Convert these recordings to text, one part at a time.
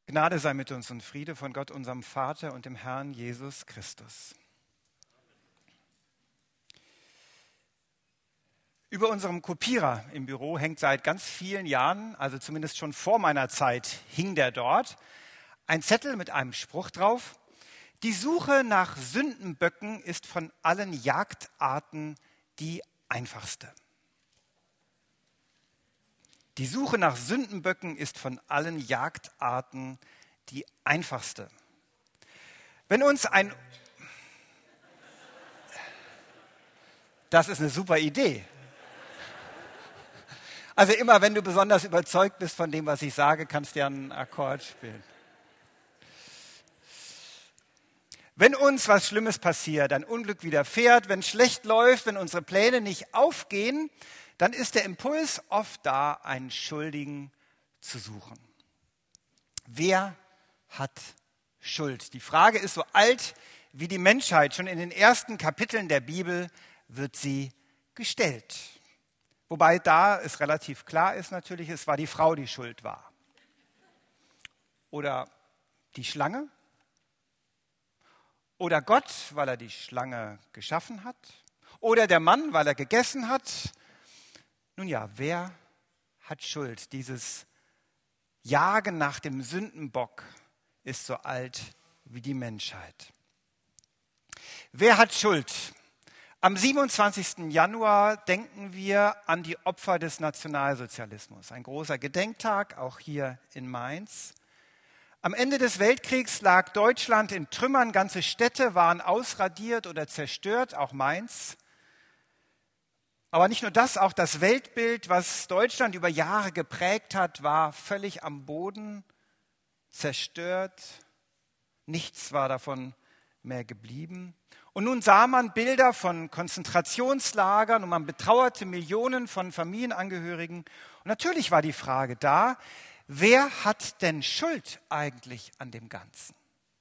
Gnade sei mit uns und Friede von Gott, unserem Vater und dem Herrn Jesus Christus. Über unserem Kopierer im Büro hängt seit ganz vielen Jahren, also zumindest schon vor meiner Zeit, hing der dort, ein Zettel mit einem Spruch drauf: Die Suche nach Sündenböcken ist von allen Jagdarten die einfachste. Die Suche nach Sündenböcken ist von allen Jagdarten die einfachste. Das ist eine super Idee. Also immer, wenn du besonders überzeugt bist von dem, was ich sage, kannst du ja einen Akkord spielen. Wenn uns was Schlimmes passiert, ein Unglück widerfährt, wenn es schlecht läuft, wenn unsere Pläne nicht aufgehen, dann ist der Impuls oft da, einen Schuldigen zu suchen. Wer hat Schuld? Die Frage ist so alt wie die Menschheit. Schon in den ersten Kapiteln der Bibel wird sie gestellt. Wobei da es relativ klar ist natürlich, es war die Frau, die schuld war. Oder die Schlange. Oder Gott, weil er die Schlange geschaffen hat. Oder der Mann, weil er gegessen hat. Nun ja, wer hat Schuld? Dieses Jagen nach dem Sündenbock ist so alt wie die Menschheit. Wer hat Schuld? Am 27. Januar denken wir an die Opfer des Nationalsozialismus. Ein großer Gedenktag, auch hier in Mainz. Am Ende des Weltkriegs lag Deutschland in Trümmern, ganze Städte waren ausradiert oder zerstört, auch Mainz. Aber nicht nur das, auch das Weltbild, was Deutschland über Jahre geprägt hat, war völlig am Boden, zerstört. Nichts war davon mehr geblieben. Und nun sah man Bilder von Konzentrationslagern und man betrauerte Millionen von Familienangehörigen. Und natürlich war die Frage da, wer hat denn Schuld eigentlich an dem Ganzen?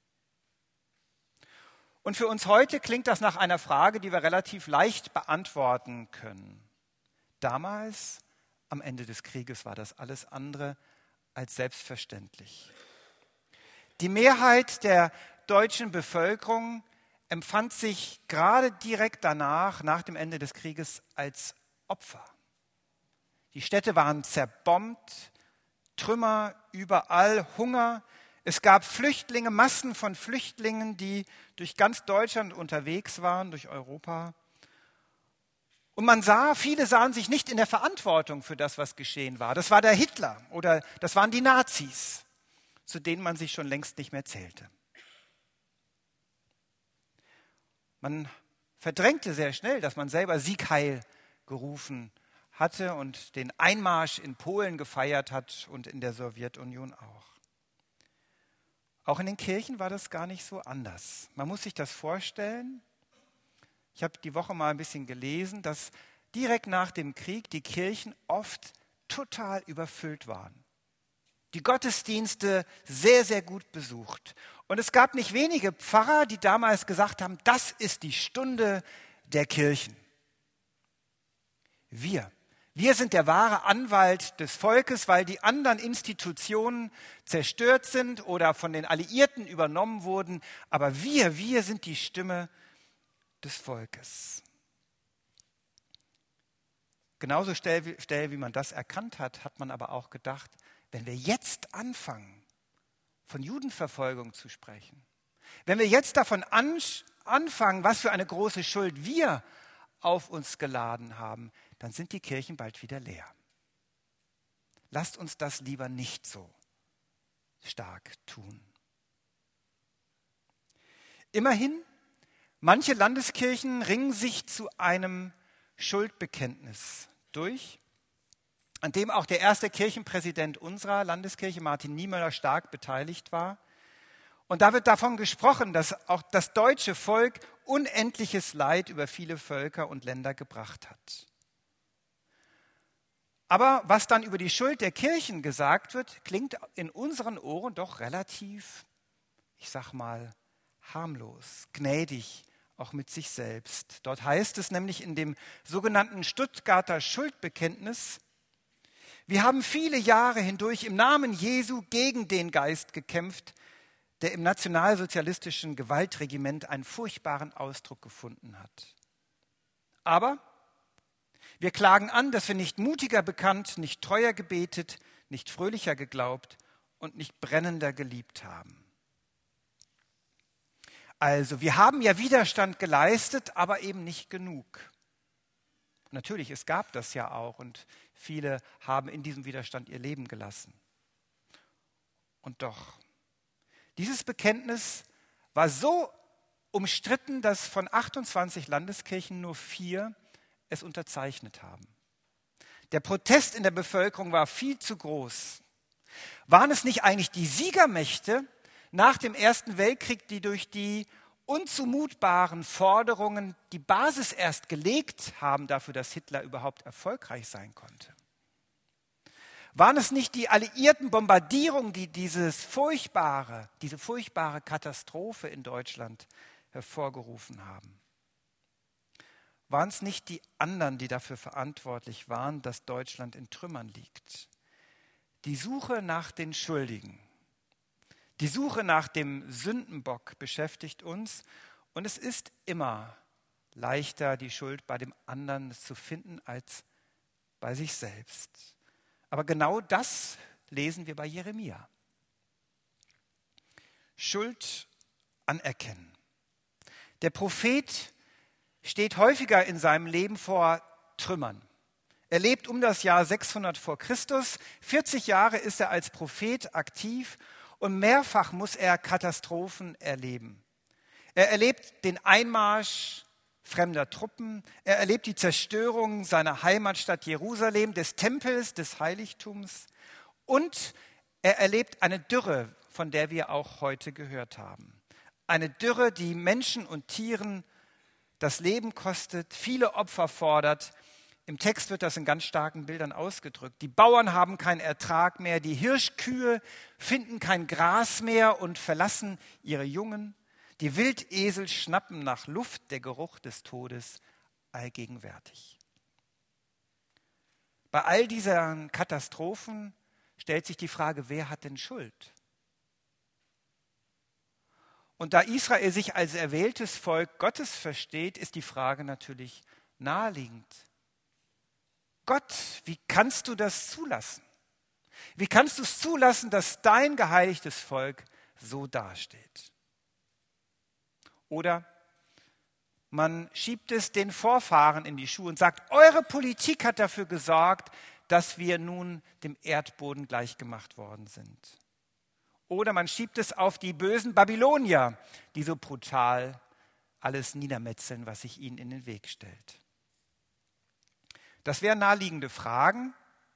Und für uns heute klingt das nach einer Frage, die wir relativ leicht beantworten können. Damals, am Ende des Krieges, war das alles andere als selbstverständlich. Die Mehrheit der deutschen Bevölkerung empfand sich gerade direkt danach, nach dem Ende des Krieges, als Opfer. Die Städte waren zerbombt, Trümmer überall, Hunger. Es gab Flüchtlinge, Massen von Flüchtlingen, die durch ganz Deutschland unterwegs waren, durch Europa. Und viele sahen sich nicht in der Verantwortung für das, was geschehen war. Das war der Hitler oder das waren die Nazis, zu denen man sich schon längst nicht mehr zählte. Man verdrängte sehr schnell, dass man selber Sieg Heil gerufen hatte und den Einmarsch in Polen gefeiert hat und in der Sowjetunion auch. Auch in den Kirchen war das gar nicht so anders. Man muss sich das vorstellen. Ich habe die Woche mal ein bisschen gelesen, dass direkt nach dem Krieg die Kirchen oft total überfüllt waren. Die Gottesdienste sehr, sehr gut besucht. Und es gab nicht wenige Pfarrer, die damals gesagt haben, das ist die Stunde der Kirchen. Wir sind der wahre Anwalt des Volkes, weil die anderen Institutionen zerstört sind oder von den Alliierten übernommen wurden. Aber wir sind die Stimme des Volkes. Genauso schnell, wie man das erkannt hat, hat man aber auch gedacht, wenn wir jetzt anfangen, von Judenverfolgung zu sprechen, wenn wir jetzt davon anfangen, was für eine große Schuld wir auf uns geladen haben, dann sind die Kirchen bald wieder leer. Lasst uns das lieber nicht so stark tun. Immerhin, manche Landeskirchen ringen sich zu einem Schuldbekenntnis durch, an dem auch der erste Kirchenpräsident unserer Landeskirche, Martin Niemöller, stark beteiligt war. Und da wird davon gesprochen, dass auch das deutsche Volk unendliches Leid über viele Völker und Länder gebracht hat. Aber was dann über die Schuld der Kirchen gesagt wird, klingt in unseren Ohren doch relativ, ich sag mal, harmlos, gnädig, auch mit sich selbst. Dort heißt es nämlich in dem sogenannten Stuttgarter Schuldbekenntnis: Wir haben viele Jahre hindurch im Namen Jesu gegen den Geist gekämpft, der im nationalsozialistischen Gewaltregiment einen furchtbaren Ausdruck gefunden hat. Aber wir klagen an, dass wir nicht mutiger bekannt, nicht treuer gebetet, nicht fröhlicher geglaubt und nicht brennender geliebt haben. Also, wir haben ja Widerstand geleistet, aber eben nicht genug. Natürlich, es gab das ja auch und viele haben in diesem Widerstand ihr Leben gelassen. Und doch, dieses Bekenntnis war so umstritten, dass von 28 Landeskirchen nur 4 es unterzeichnet haben. Der Protest in der Bevölkerung war viel zu groß. Waren es nicht eigentlich die Siegermächte nach dem Ersten Weltkrieg, die durch die unzumutbaren Forderungen die Basis erst gelegt haben dafür, dass Hitler überhaupt erfolgreich sein konnte? Waren es nicht die alliierten Bombardierungen, die diese furchtbare Katastrophe in Deutschland hervorgerufen haben? Waren es nicht die anderen, die dafür verantwortlich waren, dass Deutschland in Trümmern liegt? Die Suche nach den Schuldigen, die Suche nach dem Sündenbock beschäftigt uns und es ist immer leichter, die Schuld bei dem anderen zu finden als bei sich selbst. Aber genau das lesen wir bei Jeremia. Schuld anerkennen. Der Prophet steht häufiger in seinem Leben vor Trümmern. Er lebt um das Jahr 600 vor Christus. 40 Jahre ist er als Prophet aktiv und mehrfach muss er Katastrophen erleben. Er erlebt den Einmarsch fremder Truppen. Er erlebt die Zerstörung seiner Heimatstadt Jerusalem, des Tempels, des Heiligtums. Und er erlebt eine Dürre, von der wir auch heute gehört haben. Eine Dürre, die Menschen und Tieren das Leben kostet, viele Opfer fordert. Im Text wird das in ganz starken Bildern ausgedrückt. Die Bauern haben keinen Ertrag mehr, die Hirschkühe finden kein Gras mehr und verlassen ihre Jungen. Die Wildesel schnappen nach Luft, der Geruch des Todes allgegenwärtig. Bei all diesen Katastrophen stellt sich die Frage, wer hat denn Schuld? Und da Israel sich als erwähltes Volk Gottes versteht, ist die Frage natürlich naheliegend. Gott, wie kannst du das zulassen? Wie kannst du es zulassen, dass dein geheiligtes Volk so dasteht? Oder man schiebt es den Vorfahren in die Schuhe und sagt, eure Politik hat dafür gesorgt, dass wir nun dem Erdboden gleichgemacht worden sind. Oder man schiebt es auf die bösen Babylonier, die so brutal alles niedermetzeln, was sich ihnen in den Weg stellt. Das wären naheliegende Fragen.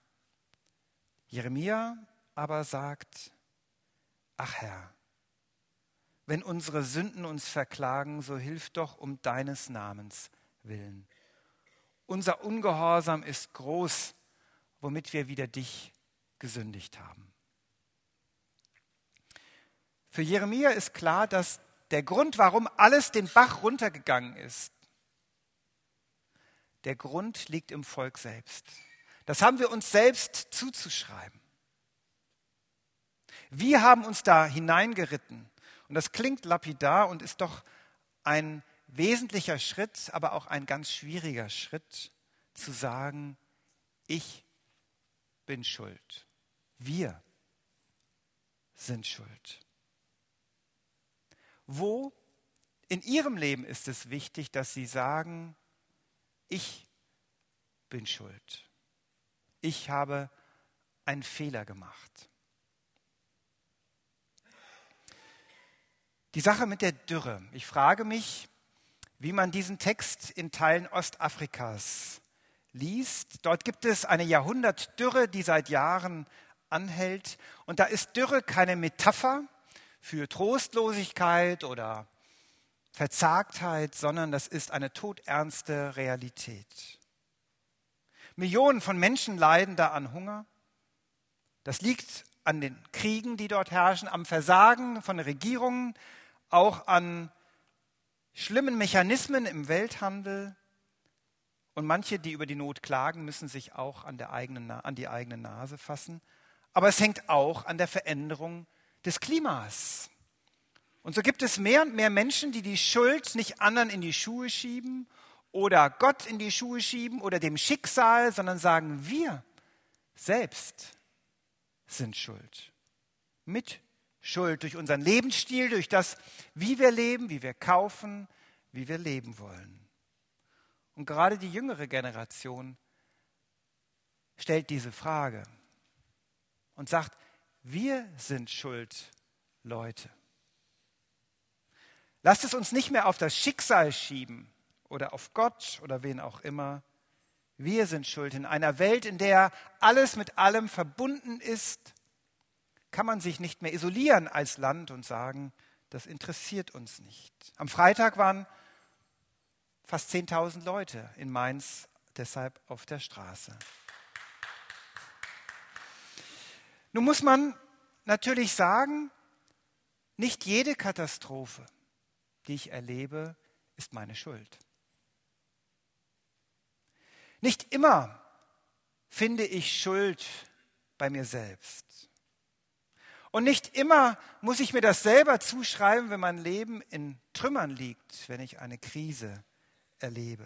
Jeremia aber sagt, ach Herr, wenn unsere Sünden uns verklagen, so hilf doch um deines Namens willen. Unser Ungehorsam ist groß, womit wir wider dich gesündigt haben. Für Jeremia ist klar, dass der Grund, warum alles den Bach runtergegangen ist, der Grund liegt im Volk selbst. Das haben wir uns selbst zuzuschreiben. Wir haben uns da hineingeritten. Und das klingt lapidar und ist doch ein wesentlicher Schritt, aber auch ein ganz schwieriger Schritt, zu sagen, ich bin schuld. Wir sind schuld. Wo in Ihrem Leben ist es wichtig, dass Sie sagen, ich bin schuld. Ich habe einen Fehler gemacht. Die Sache mit der Dürre. Ich frage mich, wie man diesen Text in Teilen Ostafrikas liest. Dort gibt es eine Jahrhundertdürre, die seit Jahren anhält. Und da ist Dürre keine Metapher für Trostlosigkeit oder Verzagtheit, sondern das ist eine todernste Realität. Millionen von Menschen leiden da an Hunger. Das liegt an den Kriegen, die dort herrschen, am Versagen von Regierungen, auch an schlimmen Mechanismen im Welthandel Und manche, die über die Not klagen, müssen sich auch an die eigene Nase fassen. Aber es hängt auch an der Veränderung des Klimas. Und so gibt es mehr und mehr Menschen, die die Schuld nicht anderen in die Schuhe schieben oder Gott in die Schuhe schieben oder dem Schicksal, sondern sagen, wir selbst sind schuld. Mit Schuld durch unseren Lebensstil, durch das, wie wir leben, wie wir kaufen, wie wir leben wollen. Und gerade die jüngere Generation stellt diese Frage und sagt, wir sind schuld, Leute. Lasst es uns nicht mehr auf das Schicksal schieben oder auf Gott oder wen auch immer. Wir sind schuld. In einer Welt, in der alles mit allem verbunden ist, kann man sich nicht mehr isolieren als Land und sagen, das interessiert uns nicht. Am Freitag waren fast 10.000 Leute in Mainz deshalb auf der Straße. Nun muss man natürlich sagen, nicht jede Katastrophe, die ich erlebe, ist meine Schuld. Nicht immer finde ich Schuld bei mir selbst. Und nicht immer muss ich mir das selber zuschreiben, wenn mein Leben in Trümmern liegt, wenn ich eine Krise erlebe.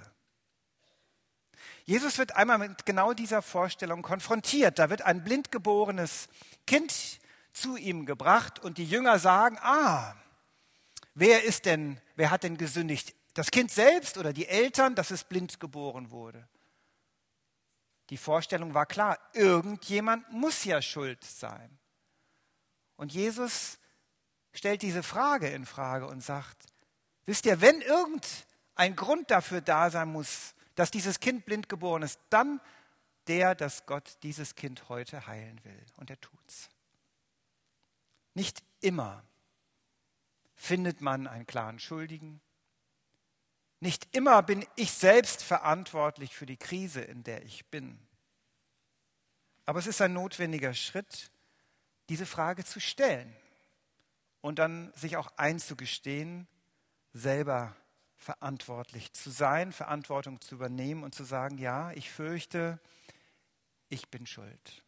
Jesus wird einmal mit genau dieser Vorstellung konfrontiert. Da wird ein blind geborenes Kind zu ihm gebracht und die Jünger sagen, wer hat denn gesündigt? Das Kind selbst oder die Eltern, dass es blind geboren wurde? Die Vorstellung war klar, irgendjemand muss ja schuld sein. Und Jesus stellt diese Frage in Frage und sagt, wisst ihr, wenn irgendein Grund dafür da sein muss, dass dieses Kind blind geboren ist, dann dass Gott dieses Kind heute heilen will. Und er tut's. Nicht immer findet man einen klaren Schuldigen. Nicht immer bin ich selbst verantwortlich für die Krise, in der ich bin. Aber es ist ein notwendiger Schritt, diese Frage zu stellen und dann sich auch einzugestehen, selber verantwortlich zu sein, Verantwortung zu übernehmen und zu sagen, ja, ich fürchte, ich bin schuld.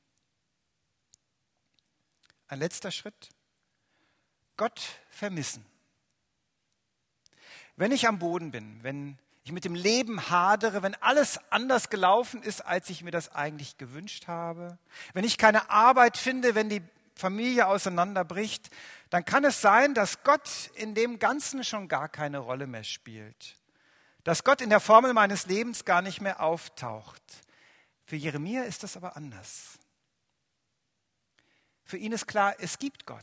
Ein letzter Schritt, Gott vermissen. Wenn ich am Boden bin, wenn ich mit dem Leben hadere, wenn alles anders gelaufen ist, als ich mir das eigentlich gewünscht habe, wenn ich keine Arbeit finde, wenn die Familie auseinanderbricht, dann kann es sein, dass Gott in dem Ganzen schon gar keine Rolle mehr spielt. Dass Gott in der Formel meines Lebens gar nicht mehr auftaucht. Für Jeremia ist das aber anders. Für ihn ist klar, es gibt Gott.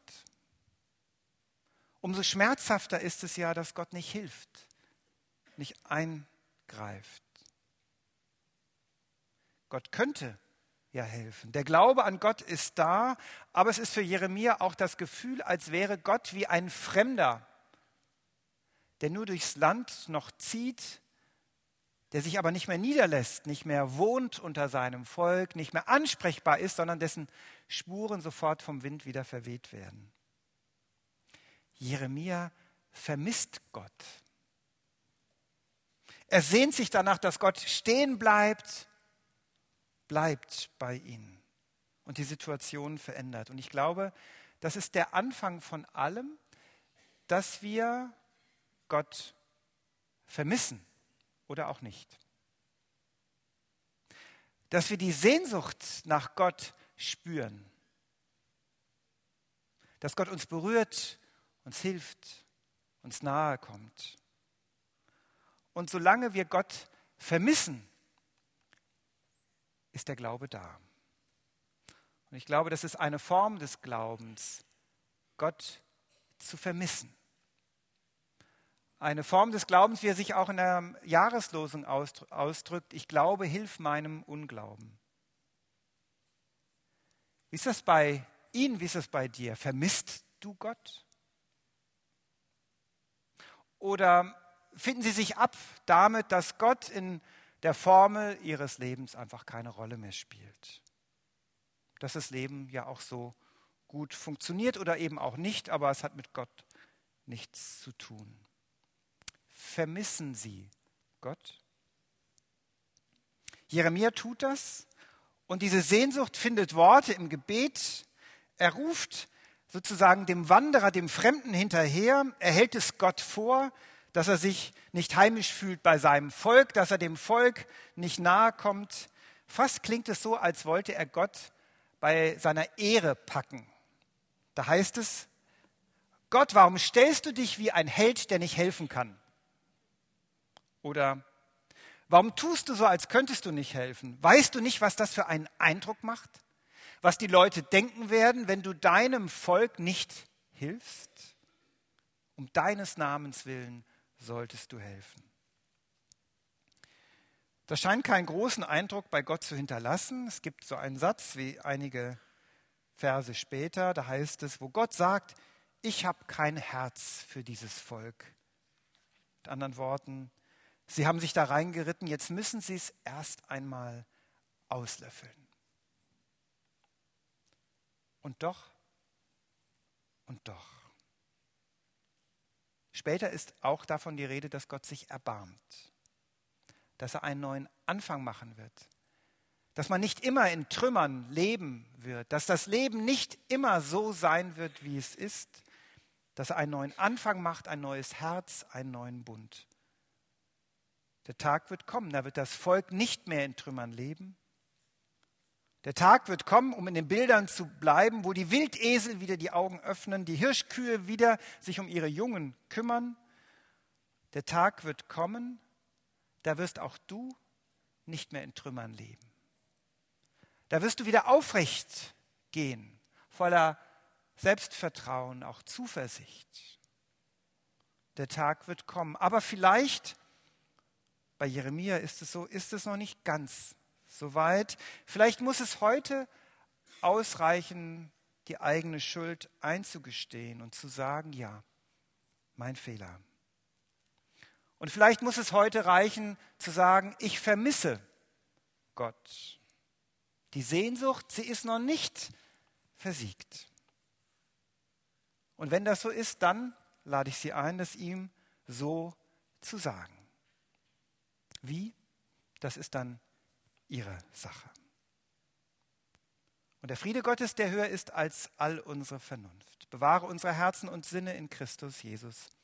Umso schmerzhafter ist es ja, dass Gott nicht hilft, nicht eingreift. Gott könnte ja helfen. Der Glaube an Gott ist da, aber es ist für Jeremia auch das Gefühl, als wäre Gott wie ein Fremder, der nur durchs Land noch zieht, der sich aber nicht mehr niederlässt, nicht mehr wohnt unter seinem Volk, nicht mehr ansprechbar ist, sondern dessen Spuren sofort vom Wind wieder verweht werden. Jeremia vermisst Gott. Er sehnt sich danach, dass Gott stehen bleibt bei ihnen und die Situation verändert. Und ich glaube, das ist der Anfang von allem, dass wir Gott vermissen oder auch nicht. Dass wir die Sehnsucht nach Gott spüren. Dass Gott uns berührt, uns hilft, uns nahe kommt. Und solange wir Gott vermissen, ist der Glaube da. Und ich glaube, das ist eine Form des Glaubens, Gott zu vermissen. Eine Form des Glaubens, wie er sich auch in der Jahreslosung ausdrückt, ich glaube, hilf meinem Unglauben. Wie ist das bei Ihnen, wie ist das bei dir? Vermisst du Gott? Oder finden Sie sich ab damit, dass Gott in der Formel Ihres Lebens einfach keine Rolle mehr spielt? Dass das Leben ja auch so gut funktioniert oder eben auch nicht, aber es hat mit Gott nichts zu tun. Vermissen Sie Gott? Jeremia tut das und diese Sehnsucht findet Worte im Gebet. Er ruft sozusagen dem Wanderer, dem Fremden hinterher. Er hält es Gott vor, dass er sich nicht heimisch fühlt bei seinem Volk, dass er dem Volk nicht nahe kommt. Fast klingt es so, als wollte er Gott bei seiner Ehre packen. Da heißt es, Gott, warum stellst du dich wie ein Held, der nicht helfen kann? Oder warum tust du so, als könntest du nicht helfen? Weißt du nicht, was das für einen Eindruck macht? Was die Leute denken werden, wenn du deinem Volk nicht hilfst? Um deines Namens willen solltest du helfen. Das scheint keinen großen Eindruck bei Gott zu hinterlassen. Es gibt so einen Satz wie einige Verse später, da heißt es, wo Gott sagt, ich habe kein Herz für dieses Volk. Mit anderen Worten, sie haben sich da reingeritten, jetzt müssen sie es erst einmal auslöffeln. Und doch. Später ist auch davon die Rede, dass Gott sich erbarmt, dass er einen neuen Anfang machen wird, dass man nicht immer in Trümmern leben wird, dass das Leben nicht immer so sein wird, wie es ist, dass er einen neuen Anfang macht, ein neues Herz, einen neuen Bund. Der Tag wird kommen, da wird das Volk nicht mehr in Trümmern leben. Der Tag wird kommen, um in den Bildern zu bleiben, wo die Wildesel wieder die Augen öffnen, die Hirschkühe wieder sich um ihre Jungen kümmern. Der Tag wird kommen, da wirst auch du nicht mehr in Trümmern leben. Da wirst du wieder aufrecht gehen, voller Selbstvertrauen, auch Zuversicht. Der Tag wird kommen. Aber vielleicht, bei Jeremia ist es so, ist es noch nicht ganz so weit. Vielleicht muss es heute ausreichen, die eigene Schuld einzugestehen und zu sagen, ja, mein Fehler. Und vielleicht muss es heute reichen, zu sagen, ich vermisse Gott. Die Sehnsucht, sie ist noch nicht versiegt. Und wenn das so ist, dann lade ich Sie ein, das ihm so zu sagen. Wie? Das ist dann Ihre Sache. Und der Friede Gottes, der höher ist als all unsere Vernunft, bewahre unsere Herzen und Sinne in Christus Jesus.